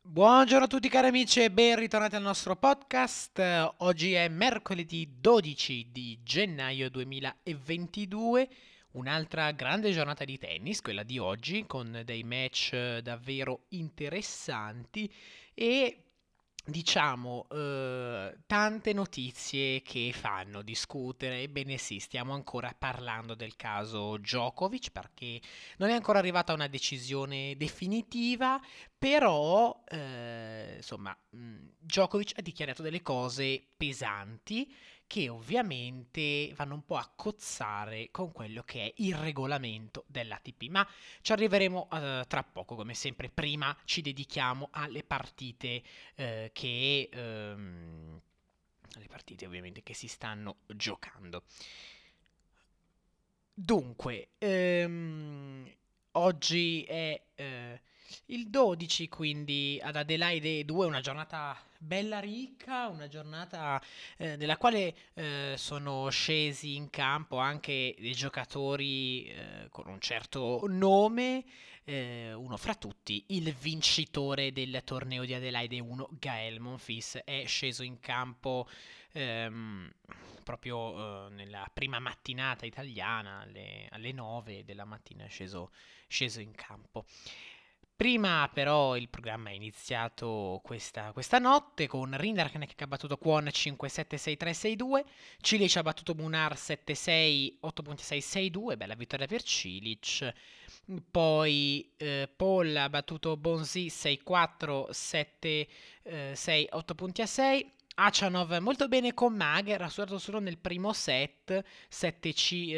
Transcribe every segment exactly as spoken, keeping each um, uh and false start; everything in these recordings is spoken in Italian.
Buongiorno a tutti cari amici e ben ritornati al nostro podcast. Eh, Oggi è mercoledì dodici di gennaio duemilaventidue, un'altra grande giornata di tennis, quella di oggi, con dei match eh, davvero interessanti e diciamo eh, tante notizie che fanno discutere. Ebbene sì, stiamo ancora parlando del caso Djokovic perché non è ancora arrivata una decisione definitiva. Però, eh, insomma, mh, Djokovic ha dichiarato delle cose pesanti che ovviamente vanno un po' a cozzare con quello che è il regolamento dell'A T P. Ma ci arriveremo eh, tra poco, come sempre. Prima ci dedichiamo alle partite eh, che... ehm, alle partite ovviamente che si stanno giocando. Dunque, ehm, oggi è eh, il dodici, quindi ad Adelaide due, una giornata bella ricca, una giornata eh, nella quale eh, sono scesi in campo anche dei giocatori eh, con un certo nome, eh, uno fra tutti, il vincitore del torneo di Adelaide uno, Gael Monfils, è sceso in campo ehm, proprio eh, nella prima mattinata italiana alle, alle nove della mattina è sceso, sceso in campo. Prima però il programma è iniziato questa, questa notte con Rinderknecht che ha battuto Kwon cinque sette sei tre sei due, Cilic ha battuto Munar sette sei otto sei sei due, bella vittoria per Cilic. Poi eh, Paul ha battuto Bonzi sei quattro sette sei otto punti a sei. Achanov molto bene con Mager, ha suonato solo nel primo set sette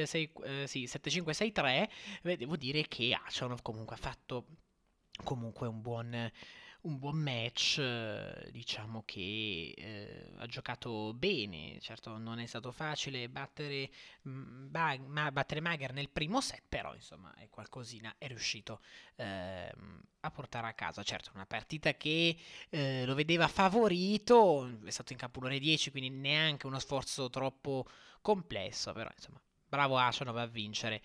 cinque sei tre. Devo dire che Achanov comunque ha fatto comunque un buon, un buon match, eh, diciamo che eh, ha giocato bene. Certo non è stato facile battere, mm, Ba- ma- battere Mager nel primo set, però insomma è qualcosina è riuscito ehm, a portare a casa. Certo una partita che eh, lo vedeva favorito, è stato in campo un'ora e dieci, quindi neanche uno sforzo troppo complesso, però insomma bravo Ashanov a vincere.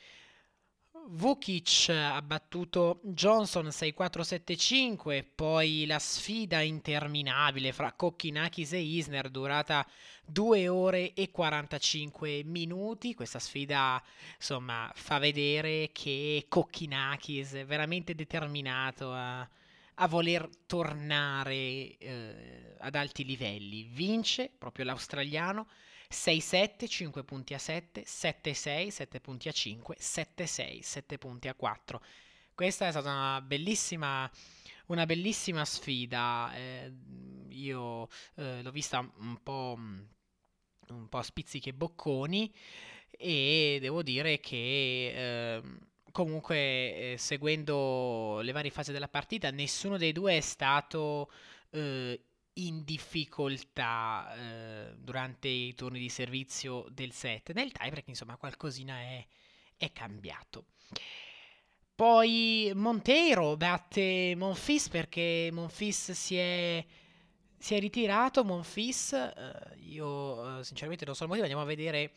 Vukic ha battuto Johnson sei quattro sette cinque, poi la sfida interminabile fra Kokkinakis e Isner durata due ore e quarantacinque minuti. Questa sfida insomma fa vedere che Kokkinakis è veramente determinato a, a voler tornare eh, ad alti livelli. Vince proprio l'australiano sei sette, cinque punti a sette, sette sei, sette punti a cinque, sette sei, sette punti a quattro. Questa è stata una bellissima, una bellissima sfida. Eh, io eh, l'ho vista un po', un po' a spizzichi e bocconi e devo dire che ehm, comunque eh, seguendo le varie fasi della partita nessuno dei due è stato eh, in difficoltà eh, durante i turni di servizio del set. Nel tiebreak, insomma, qualcosina è, è cambiato. Poi Monteiro batte Monfils perché Monfils si è, si è ritirato. Monfils, eh, io eh, sinceramente non so il motivo, andiamo a vedere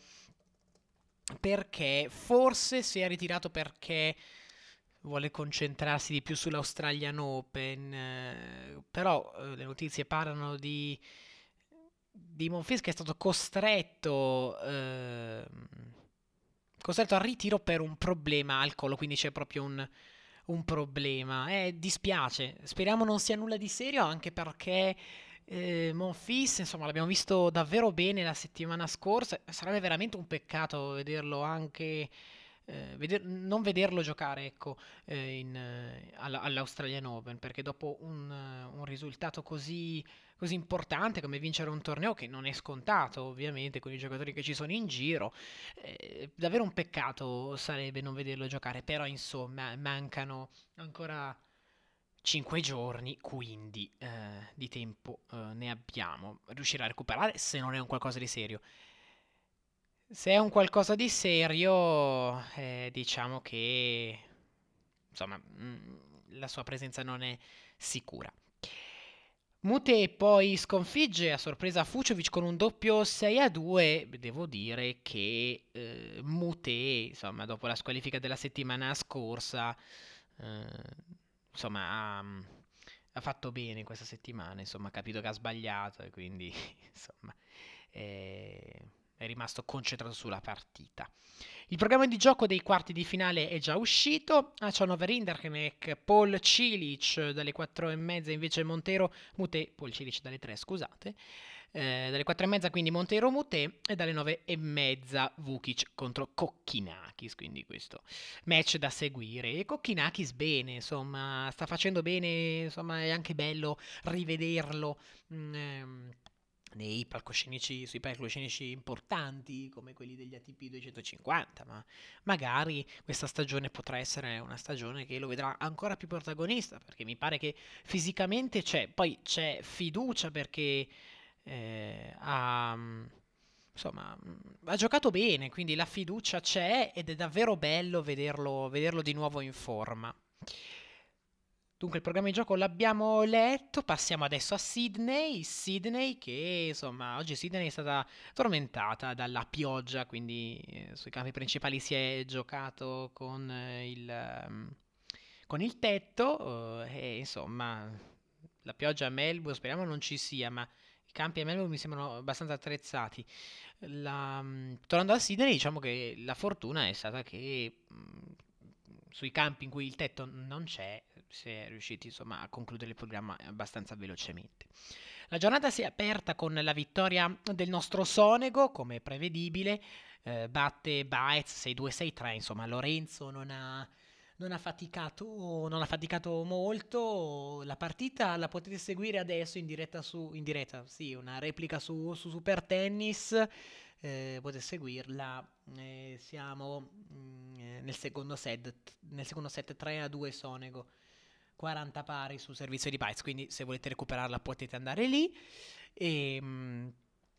perché. Forse si è ritirato perché vuole concentrarsi di più sull'Australian Open, eh, però eh, le notizie parlano di, di Monfils che è stato costretto, ehm, costretto al ritiro per un problema al collo, quindi c'è proprio un, un problema. Eh, dispiace, speriamo non sia nulla di serio, anche perché eh, Monfils, insomma, l'abbiamo visto davvero bene la settimana scorsa. Sarebbe veramente un peccato vederlo anche. Eh, veder- non vederlo giocare, ecco, eh, in, eh, alla- all'Australian Open, perché dopo un, eh, un risultato così, così importante come vincere un torneo che non è scontato, ovviamente, con i giocatori che ci sono in giro, eh, davvero un peccato sarebbe non vederlo giocare. Però, insomma, mancano ancora cinque giorni, quindi eh, di tempo eh, ne abbiamo. Riuscirà a recuperare se non è un qualcosa di serio. Se è un qualcosa di serio, eh, diciamo che insomma mm, la sua presenza non è sicura. Mute poi sconfigge a sorpresa Fuciovic con un doppio sei a due. Devo dire che eh, Mute, insomma, dopo la squalifica della settimana scorsa, eh, insomma, ha, ha fatto bene questa settimana, insomma, ha capito che ha sbagliato e quindi, insomma, eh, è rimasto concentrato sulla partita. Il programma di gioco dei quarti di finale è già uscito. A Hannover Interknecht, Paul Cilic dalle quattro e mezza, invece Montero Mute, Paul Cilic dalle tre, scusate. Eh, dalle quattro e mezza quindi Montero Mute e dalle nove e mezza Vukic contro Kokkinakis, quindi questo match da seguire. E Kokkinakis bene, insomma, sta facendo bene, insomma, è anche bello rivederlo. mm, ehm, nei palcoscenici, sui palcoscenici importanti come quelli degli A T P duecentocinquanta, ma magari questa stagione potrà essere una stagione che lo vedrà ancora più protagonista, perché mi pare che fisicamente c'è, poi c'è fiducia perché eh, ha, insomma, ha giocato bene, quindi la fiducia c'è ed è davvero bello vederlo, vederlo di nuovo in forma. Dunque il programma di gioco l'abbiamo letto, passiamo adesso a Sydney, Sydney che insomma oggi Sydney è stata tormentata dalla pioggia, quindi eh, sui campi principali si è giocato con eh, il, ehm, con il tetto eh, e insomma la pioggia a Melbourne speriamo non ci sia, ma i campi a Melbourne mi sembrano abbastanza attrezzati. La, mm, tornando a Sydney, diciamo che la fortuna è stata che mm, sui campi in cui il tetto non c'è, si è riusciti insomma a concludere il programma abbastanza velocemente. La giornata si è aperta con la vittoria del nostro Sonego, come prevedibile, eh, batte Baez sei due sei tre, insomma Lorenzo non ha, non ha faticato, non ha faticato molto, la partita la potete seguire adesso in diretta su, in diretta, sì, una replica su, su Super Tennis, eh, potete seguirla, eh, siamo mm, eh, nel secondo set, nel secondo set tre a due Sonego, quaranta pari sul servizio di Bytes, quindi se volete recuperarla potete andare lì. E mh,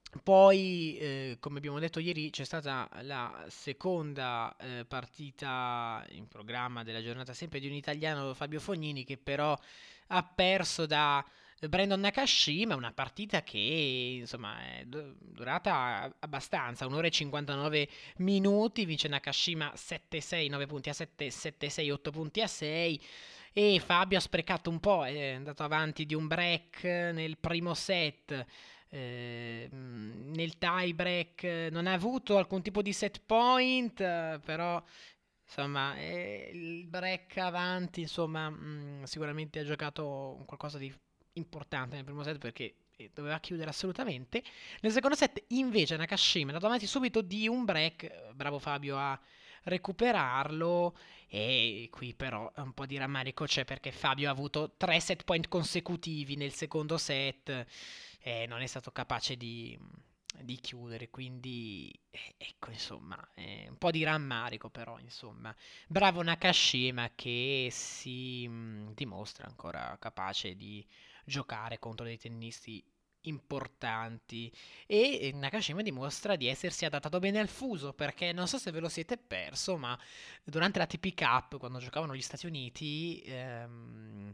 poi, eh, come abbiamo detto ieri, c'è stata la seconda eh, partita in programma della giornata, sempre di un italiano, Fabio Fognini, che però ha perso da Brandon Nakashima, una partita che insomma è du- durata abbastanza, un'ora e cinquantanove minuti, vince Nakashima sette sei, nove punti a sette, sette sei, otto punti a sei. E Fabio ha sprecato un po', è andato avanti di un break nel primo set, eh, nel tie break non ha avuto alcun tipo di set point, eh, però insomma eh, il break avanti, insomma mh, sicuramente ha giocato qualcosa di importante nel primo set perché eh, doveva chiudere assolutamente. Nel secondo set invece Nakashima è andato avanti subito di un break, bravo Fabio a recuperarlo e qui però un po' di rammarico c'è perché Fabio ha avuto tre set point consecutivi nel secondo set e non è stato capace di, di chiudere, quindi eh, ecco insomma, eh, un po' di rammarico però insomma. Bravo Nakashima che si mh, dimostra ancora capace di giocare contro dei tennisti importanti e eh, Nakashima dimostra di essersi adattato bene al fuso perché non so se ve lo siete perso ma durante la T P Cup quando giocavano gli Stati Uniti ehm,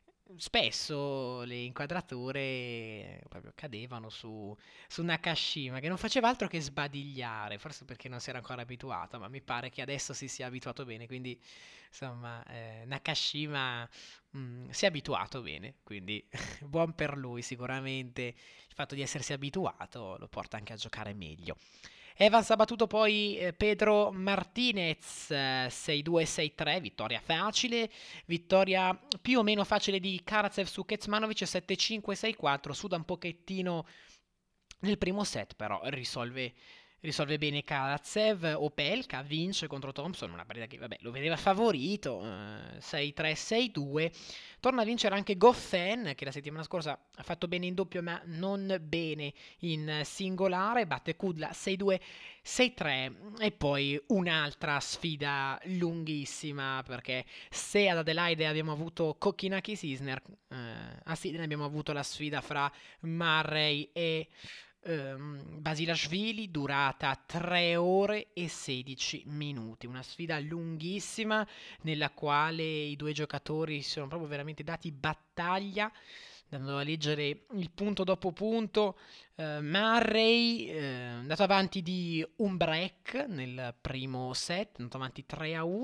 spesso le inquadrature proprio cadevano su, su Nakashima che non faceva altro che sbadigliare forse perché non si era ancora abituato ma mi pare che adesso si sia abituato bene quindi insomma eh, Nakashima mm, si è abituato bene quindi buon per lui sicuramente il fatto di essersi abituato lo porta anche a giocare meglio. Evans ha battuto poi eh, Pedro Martinez eh, sei due sei tre, vittoria facile, vittoria più o meno facile di Karatsev su Kecmanovic sette cinque sei quattro, suda un pochettino nel primo set però risolve, risolve bene Karatsev, Opelka vince contro Thompson, una partita che vabbè lo vedeva favorito, eh, sei tre sei due, torna a vincere anche Goffin che la settimana scorsa ha fatto bene in doppio ma non bene in singolare, batte Kudla sei due sei tre e poi un'altra sfida lunghissima perché se ad Adelaide abbiamo avuto Kokkinakis Isner, eh, a Sydney abbiamo avuto la sfida fra Murray e ehm, Basilashvili durata tre ore e sedici minuti, una sfida lunghissima nella quale i due giocatori si sono proprio veramente dati battaglia, andando a leggere il punto dopo punto. eh, Murray eh, è andato avanti di un break nel primo set, è andato avanti tre a uno,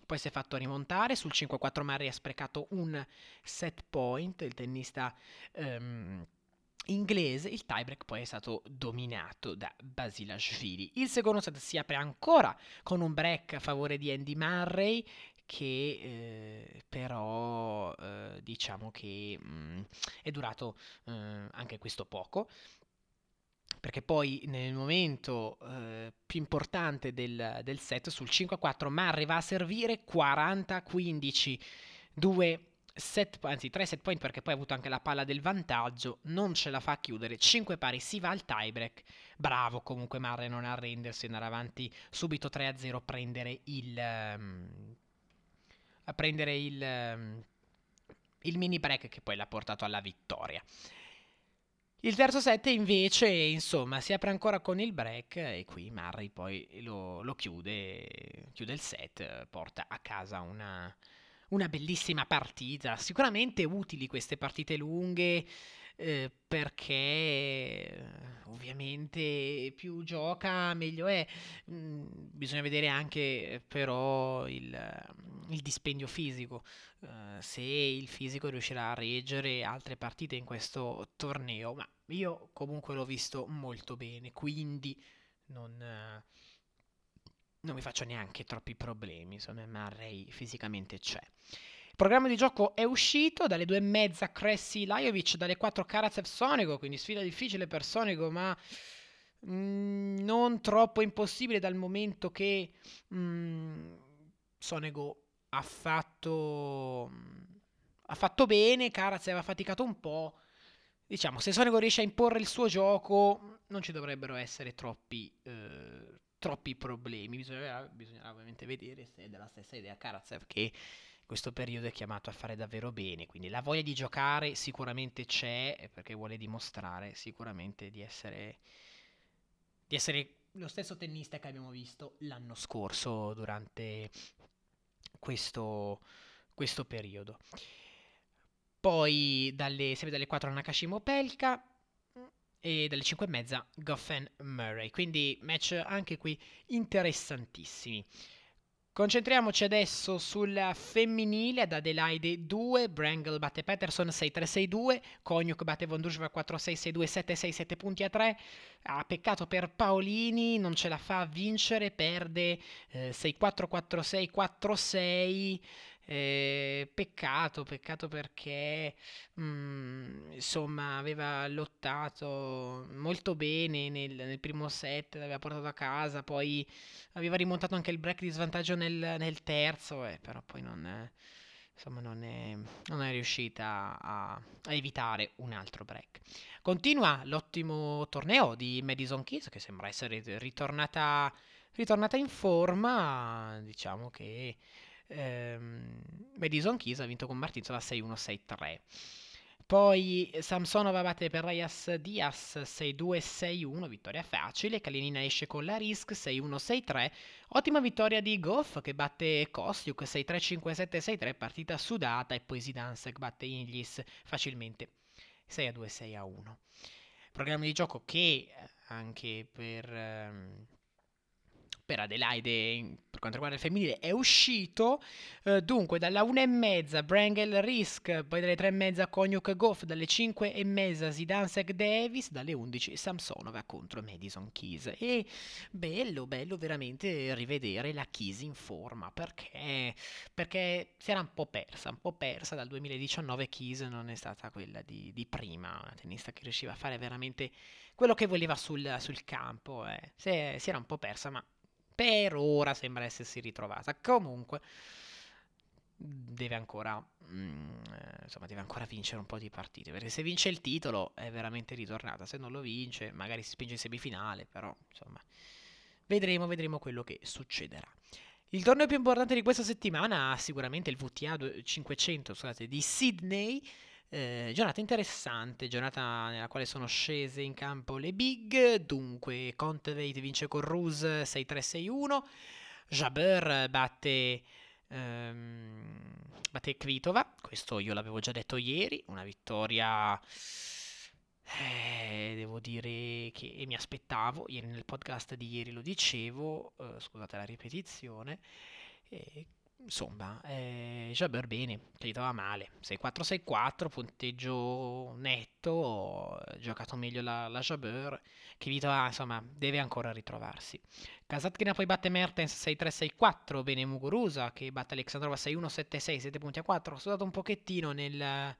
poi si è fatto rimontare, sul cinque a quattro Murray ha sprecato un set point, il tennista ehm, inglese. Il tiebreak poi è stato dominato da Basilashvili. Il secondo set si apre ancora con un break a favore di Andy Murray, che eh, però eh, diciamo che mh, è durato eh, anche questo poco, perché poi nel momento eh, più importante del, del set, sul cinque a quattro, Murray va a servire quaranta a quindici, due set, anzi tre set point, perché poi ha avuto anche la palla del vantaggio, non ce la fa a chiudere, cinque pari, si va al tiebreak. Bravo comunque Murray non arrendersi, andare avanti subito tre a zero, prendere il um, a prendere il um, il mini break che poi l'ha portato alla vittoria. Il terzo set invece, insomma, si apre ancora con il break e qui Murray poi lo, lo chiude, chiude il set, porta a casa una, una bellissima partita. Sicuramente utili queste partite lunghe, eh, perché eh, ovviamente più gioca meglio è. Mm, bisogna vedere anche eh, però il, il dispendio fisico, eh, se il fisico riuscirà a reggere altre partite in questo torneo, ma io comunque l'ho visto molto bene, quindi non, eh, non mi faccio neanche troppi problemi, insomma Murray fisicamente c'è. Il programma di gioco è uscito, dalle due e mezza Cressy Lajovic, dalle quattro Karatsev Sonego, quindi sfida difficile per Sonego, ma mm, non troppo impossibile dal momento che mm, Sonego ha fatto ha fatto bene, Karatsev ha faticato un po'. Diciamo, se Sonego riesce a imporre il suo gioco, non ci dovrebbero essere troppi, eh, troppi problemi. Bisognerà, bisognerà ovviamente vedere se è della stessa idea Karatsev, che in questo periodo è chiamato a fare davvero bene. Quindi la voglia di giocare sicuramente c'è, perché vuole dimostrare sicuramente di essere, di essere lo stesso tennista che abbiamo visto l'anno scorso durante questo, questo periodo. Poi dalle, sempre dalle quattro Nakashima Opelka e dalle cinque e mezza Goffin Murray. Quindi match anche qui interessantissimi. Concentriamoci adesso sul femminile. Ad Adelaide due, Brangle batte Peterson sei tre sei due, Koniuk batte Von Dujva quattro sei sei due sette sei sette punti a tre. Ah, peccato per Paolini, non ce la fa a vincere, perde eh, sei quattro quattro sei quattro sei. Eh, peccato, peccato perché mm, insomma aveva lottato molto bene nel, nel primo set, l'aveva portato a casa, poi aveva rimontato anche il break di svantaggio nel, nel terzo, eh, però poi non è, insomma, non è, non è riuscita a, a evitare un altro break. Continua l'ottimo torneo di Madison Keys, che sembra essere ritornata, ritornata in forma. Diciamo che ehm, Madison Keys ha vinto con Martinsola sei uno sei tre. Poi Samsonova batte per Reyes Diaz sei due sei uno, vittoria facile. Kalinina esce con la Risk sei uno sei tre. Ottima vittoria di Goff che batte Kostiuk sei tre cinque sette sei tre, partita sudata. E poi Zidansek batte Inglis facilmente sei a due sei a uno. Programma di gioco che anche per... ehm, per Adelaide per quanto riguarda il femminile è uscito. Eh, dunque dalla una e mezza Brangle Risk, poi dalle tre e mezza Koniuk Goff, dalle cinque e mezza Zidansek Davis, dalle undici Samsonova contro Madison Keys. E bello bello veramente rivedere la Keys in forma, perché perché si era un po' persa un po' persa dal duemiladiciannove. Keys non è stata quella di, di prima, una tennista che riusciva a fare veramente quello che voleva sul, sul campo. Eh. Si, è, si era un po' persa, ma per ora sembra essersi ritrovata. Comunque deve ancora mm, eh, insomma deve ancora vincere un po' di partite, perché se vince il titolo è veramente ritornata. Se non lo vince magari si spinge in semifinale, però insomma vedremo vedremo quello che succederà. Il torneo più importante di questa settimana sicuramente il V T A cinquecento, scusate, di Sydney. Eh, giornata interessante, giornata nella quale sono scese in campo le big. Dunque Kontaveit vince con Ruse sei tre sei uno, Jabeur batte ehm, batte Kvitova, questo io l'avevo già detto ieri, una vittoria eh, devo dire che mi aspettavo, ieri nel podcast di ieri lo dicevo, eh, scusate la ripetizione. E insomma, eh, Jabber bene, che gli trova male. sei quattro sei quattro, punteggio netto, ha giocato meglio la, la Jabber, che gli trova, insomma, deve ancora ritrovarsi. Kasatkina poi batte Mertens sei tre sei quattro, bene Muguruza che batte Alexandrova sei uno sette sei, sette punti a quattro. Ha sudato un pochettino nel...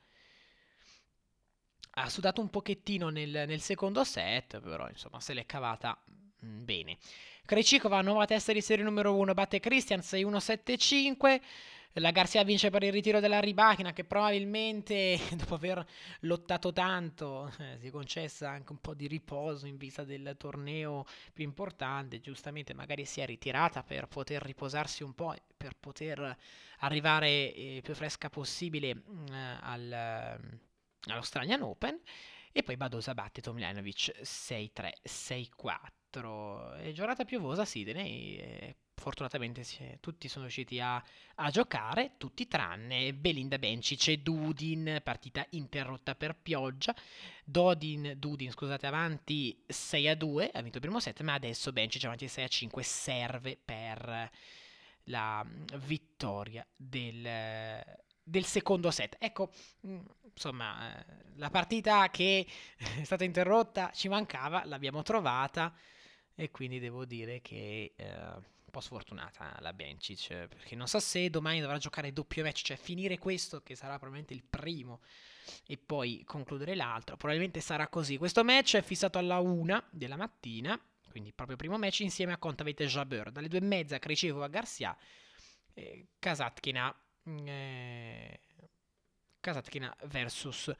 Ha sudato un pochettino nel, nel secondo set, però insomma se l'è cavata mm, bene. Krejcikova, nuova testa di serie numero uno, batte Christian sei uno sette cinque. La Garcia vince per il ritiro della Ribachina che probabilmente dopo aver lottato tanto eh, si è concessa anche un po' di riposo in vista del torneo più importante. Giustamente magari si è ritirata per poter riposarsi un po', per poter arrivare eh, più fresca possibile mm, al, all'Australian Open. E poi Badosa batte Tomljanovic sei tre sei quattro. E giornata piovosa a Sydney. E fortunatamente si è- tutti sono riusciti a, a giocare, tutti tranne Belinda Bencic e Dudin, partita interrotta per pioggia. Dodin, Dudin, scusate, avanti sei a due, ha vinto il primo set, ma adesso Bencic avanti sei a cinque, serve per la mm, vittoria del, del secondo set. Ecco, mm, insomma, eh, la partita che è stata interrotta ci mancava, l'abbiamo trovata e quindi devo dire che eh, un po' sfortunata la Bencic, perché non so se domani dovrà giocare doppio match, cioè finire questo che sarà probabilmente il primo e poi concludere l'altro. Probabilmente sarà così. Questo match è fissato alla una della mattina, quindi proprio primo match insieme a Kontaveit e Jabeur. Dalle due e mezza Krejcikova Garcia, eh, Kasatkina, eh, Kasatkina versus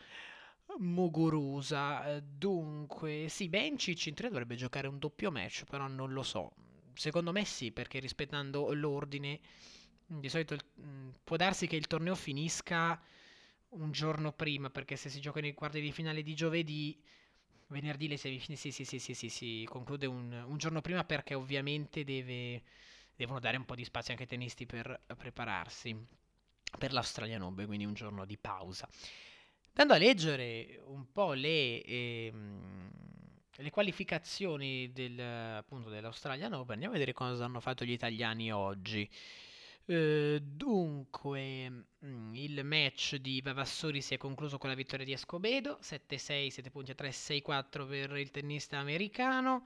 Muguruza. Dunque, sì, Bencic in teoria dovrebbe giocare un doppio match, però non lo so. Secondo me sì, perché rispettando l'ordine, di solito il- mh, può darsi che il torneo finisca un giorno prima, perché se si gioca nei quarti di finale di giovedì, venerdì le semifinali, sì, sì, sì, sì, sì, si conclude un, un giorno prima perché ovviamente deve, devono dare un po' di spazio anche ai tennisti per prepararsi per l'Australian Open, quindi un giorno di pausa. Andando a leggere un po' le, ehm, le qualificazioni del, appunto, dell'Australian Open, andiamo a vedere cosa hanno fatto gli italiani oggi. Eh, dunque, mm, il match di Vavassori si è concluso con la vittoria di Escobedo, sette sei, sette punti a tre, sei quattro per il tennista americano.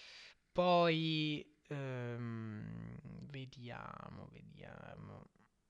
Poi, ehm, vediamo, vediamo.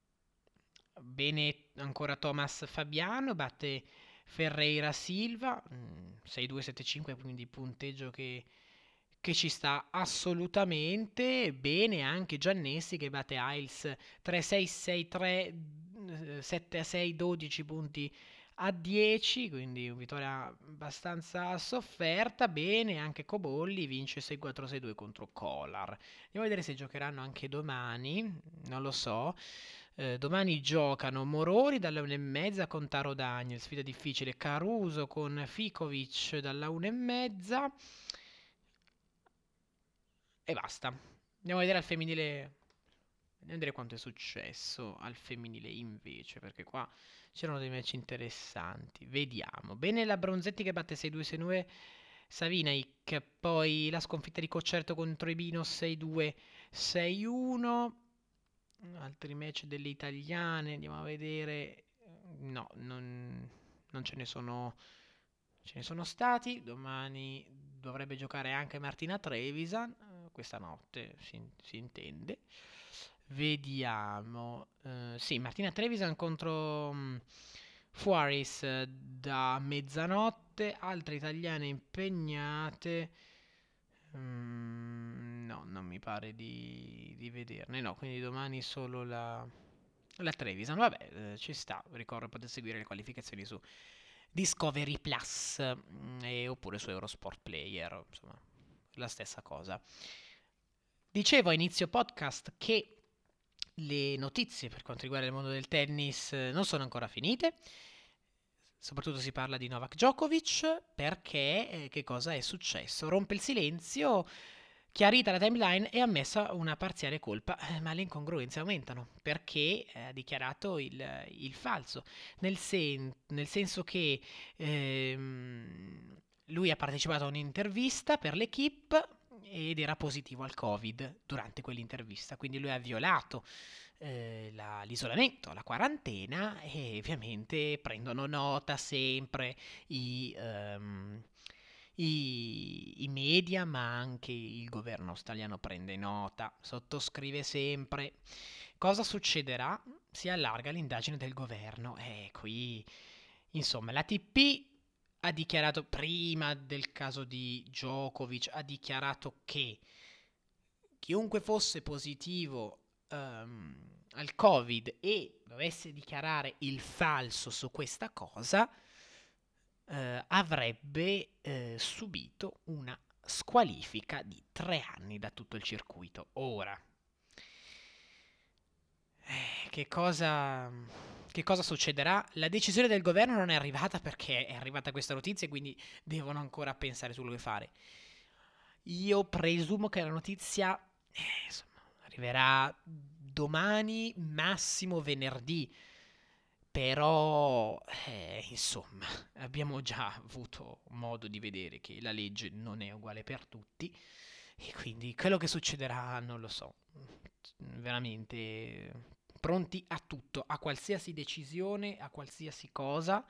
Bene ancora Thomas Fabiano, batte Ferreira Silva, mm, sei due sette cinque, quindi punteggio che, che ci sta assolutamente. Bene anche Giannessi che batte Ailes tre sei sei tre, eh, sette a sei, dodici punti a dieci, quindi una vittoria abbastanza sofferta. Bene anche Cobolli, vince sei quattro sei due contro Kolar. Andiamo a vedere se giocheranno anche domani, non lo so. Eh, domani giocano Morori dalla una e mezza con Taro Daniel, sfida difficile. Caruso con Ficovich dalla una e mezza. E basta. Andiamo a vedere al femminile. Andiamo a vedere quanto è successo al femminile invece, perché qua c'erano dei match interessanti. Vediamo. Bene la Bronzetti che batte sei due sei nove Savinaik, poi la sconfitta di Coccerto contro Ibino sei due sei uno. Altri match delle italiane, andiamo a vedere. No, non, non ce ne sono. Ce ne sono stati. Domani dovrebbe giocare anche Martina Trevisan. eh, Questa notte si, si intende. Vediamo. Eh, sì, Martina Trevisan contro mm, Fuaris eh, da mezzanotte. Altre italiane impegnate. Mm, no, non mi pare di, di vederne. No, quindi domani solo la, la Trevisan. Vabbè, eh, ci sta. Ricordo potete seguire le qualificazioni su Discovery Plus mm, e- oppure su Eurosport Player. Insomma, la stessa cosa. Dicevo a inizio podcast che le notizie per quanto riguarda il mondo del tennis eh, non sono ancora finite. Soprattutto si parla di Novak Djokovic perché eh, che cosa è successo? Rompe il silenzio, chiarita la timeline e ammessa una parziale colpa, eh, ma le incongruenze aumentano perché eh, ha dichiarato il, il falso, nel, sen- nel senso che ehm, lui ha partecipato a un'intervista per l'Equipe ed era positivo al Covid durante quell'intervista, quindi lui ha violato eh, la- l'isolamento, la quarantena e ovviamente prendono nota sempre i, ehm, i, i media, ma anche il governo australiano prende nota, sottoscrive sempre. Cosa succederà? Si allarga l'indagine del governo e qui, insomma, l'A T P ha dichiarato prima del caso di Djokovic, ha dichiarato che chiunque fosse positivo ehm, al Covid e dovesse dichiarare il falso su questa cosa, eh, avrebbe eh, subito una squalifica di tre anni da tutto il circuito. Ora, eh, che cosa, che cosa succederà? La decisione del governo non è arrivata perché è arrivata questa notizia e quindi devono ancora pensare su quello che fare. Io presumo che la notizia eh, insomma, arriverà domani, massimo venerdì. Però, eh, insomma, abbiamo già avuto modo di vedere che la legge non è uguale per tutti e quindi quello che succederà non lo so. Veramente pronti a tutto, a qualsiasi decisione, a qualsiasi cosa.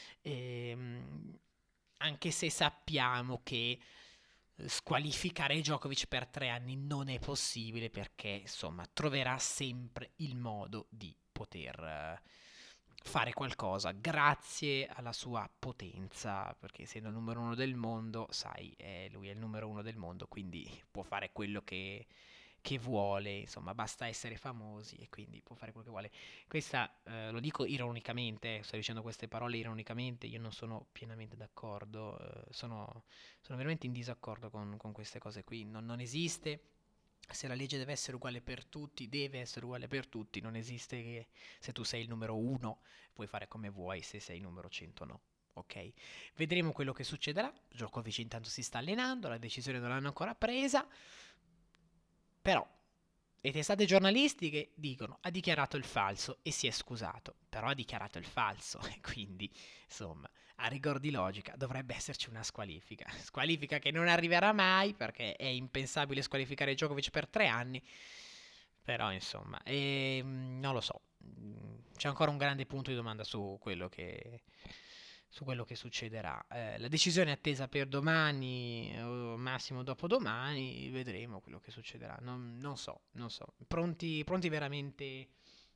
Ehm, Anche se sappiamo che eh, squalificare Djokovic per tre anni non è possibile perché, insomma, troverà sempre il modo di poter eh, fare qualcosa grazie alla sua potenza, perché essendo il numero uno del mondo, sai, eh, lui è il numero uno del mondo, quindi può fare quello che, che vuole, insomma, basta essere famosi e quindi può fare quello che vuole. Questa eh, lo dico ironicamente, eh, sto dicendo queste parole ironicamente, io non sono pienamente d'accordo, eh, sono, sono veramente in disaccordo con, con queste cose qui, non, non esiste. Se la legge deve essere uguale per tutti, deve essere uguale per tutti, non esiste che se tu sei il numero uno puoi fare come vuoi, se sei il numero cento no. Ok? Vedremo quello che succederà. Djokovic intanto si sta allenando, la decisione non l'hanno ancora presa, però le testate giornalistiche dicono ha dichiarato il falso e si è scusato, però ha dichiarato il falso e quindi insomma a rigor di logica dovrebbe esserci una squalifica, squalifica che non arriverà mai perché è impensabile squalificare Djokovic per tre anni, però insomma ehm, non lo so. Mm, c'è ancora un grande punto di domanda su quello che, su quello che succederà. Eh, la decisione è attesa per domani o massimo dopodomani, vedremo quello che succederà. Non, non so, non so. Pronti, pronti veramente,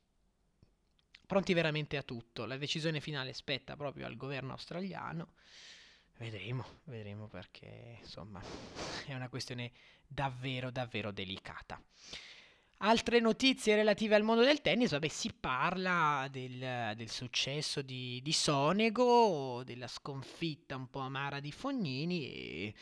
pronti veramente a tutto. La decisione finale spetta proprio al governo australiano. Vedremo, vedremo perché insomma è una questione davvero, davvero delicata. Altre notizie relative al mondo del tennis, vabbè, si parla del, del successo di, di Sonego, della sconfitta un po' amara di Fognini e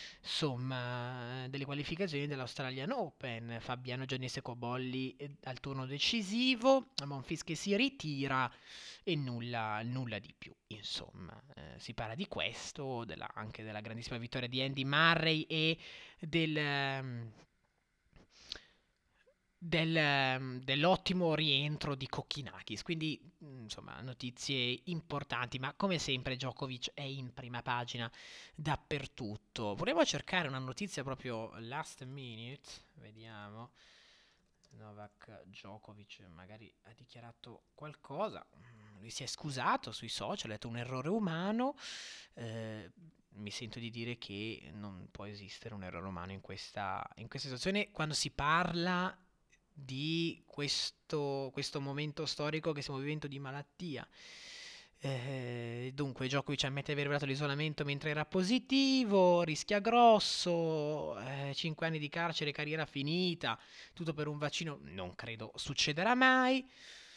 insomma delle qualificazioni dell'Australian Open. Fabiano Giannese Cobolli eh, al turno decisivo, Monfils che si ritira e nulla, nulla di più. Insomma, eh, si parla di questo, della- anche della grandissima vittoria di Andy Murray e del... ehm, del, ehm, dell'ottimo rientro di Kokkinakis. Quindi, mh, insomma, notizie importanti, ma come sempre Djokovic è in prima pagina dappertutto. Volevo cercare una notizia proprio last minute, vediamo. Novak Djokovic magari ha dichiarato qualcosa, mm, lui si è scusato sui social, ha detto un errore umano. Eh, Mi sento di dire che non può esistere un errore umano in questa, in questa situazione quando si parla di questo, questo momento storico che stiamo vivendo di malattia. Eh, dunque, Djokovic ammette di aver violato l'isolamento mentre era positivo, rischia grosso, eh, cinque anni di carcere, carriera finita, tutto per un vaccino, non credo succederà mai,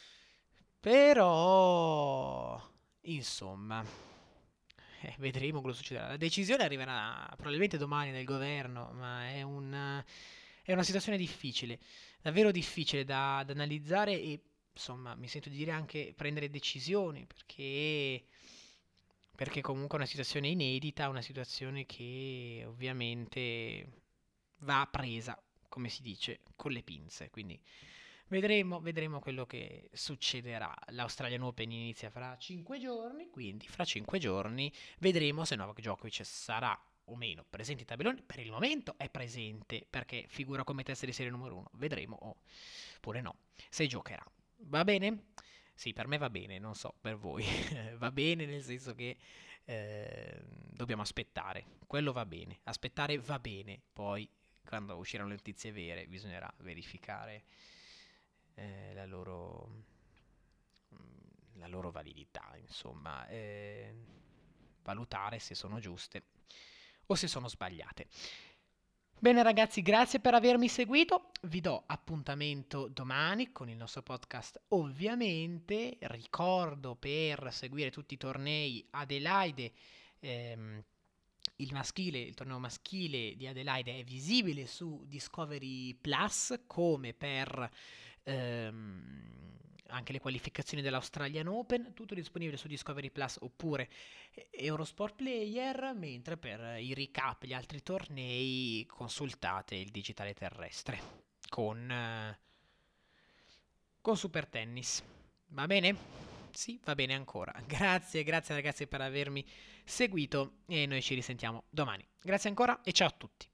però, insomma, eh, vedremo cosa succederà. La decisione arriverà probabilmente domani dal governo, ma è, un, è una situazione difficile, davvero difficile da, da analizzare e insomma mi sento di dire anche prendere decisioni perché, perché comunque è una situazione inedita, una situazione che ovviamente va presa, come si dice, con le pinze. Quindi vedremo, vedremo quello che succederà. L'Australian Open inizia fra cinque giorni, quindi fra cinque giorni vedremo se Novak Djokovic sarà o meno presente i tabelloni, per il momento è presente, perché figura come testa di serie numero uno. Vedremo, oppure no, se giocherà. Va bene? Sì, per me va bene, non so per voi. Va bene nel senso che eh, dobbiamo aspettare. Quello va bene. Aspettare va bene. Poi, quando usciranno le notizie vere, bisognerà verificare eh, la loro la loro validità, insomma, eh, valutare se sono giuste o se sono sbagliate. Bene ragazzi, grazie per avermi seguito, vi do appuntamento domani con il nostro podcast ovviamente, ricordo per seguire tutti i tornei Adelaide, ehm, il maschile, il torneo maschile di Adelaide è visibile su Discovery Plus come per ehm, anche le qualificazioni dell'Australian Open, tutto disponibile su Discovery Plus oppure Eurosport Player, mentre per i recap, gli altri tornei, consultate il digitale terrestre con, eh, con Super Tennis. Va bene? Sì, va bene ancora. Grazie, grazie ragazzi per avermi seguito e noi ci risentiamo domani. Grazie ancora e ciao a tutti.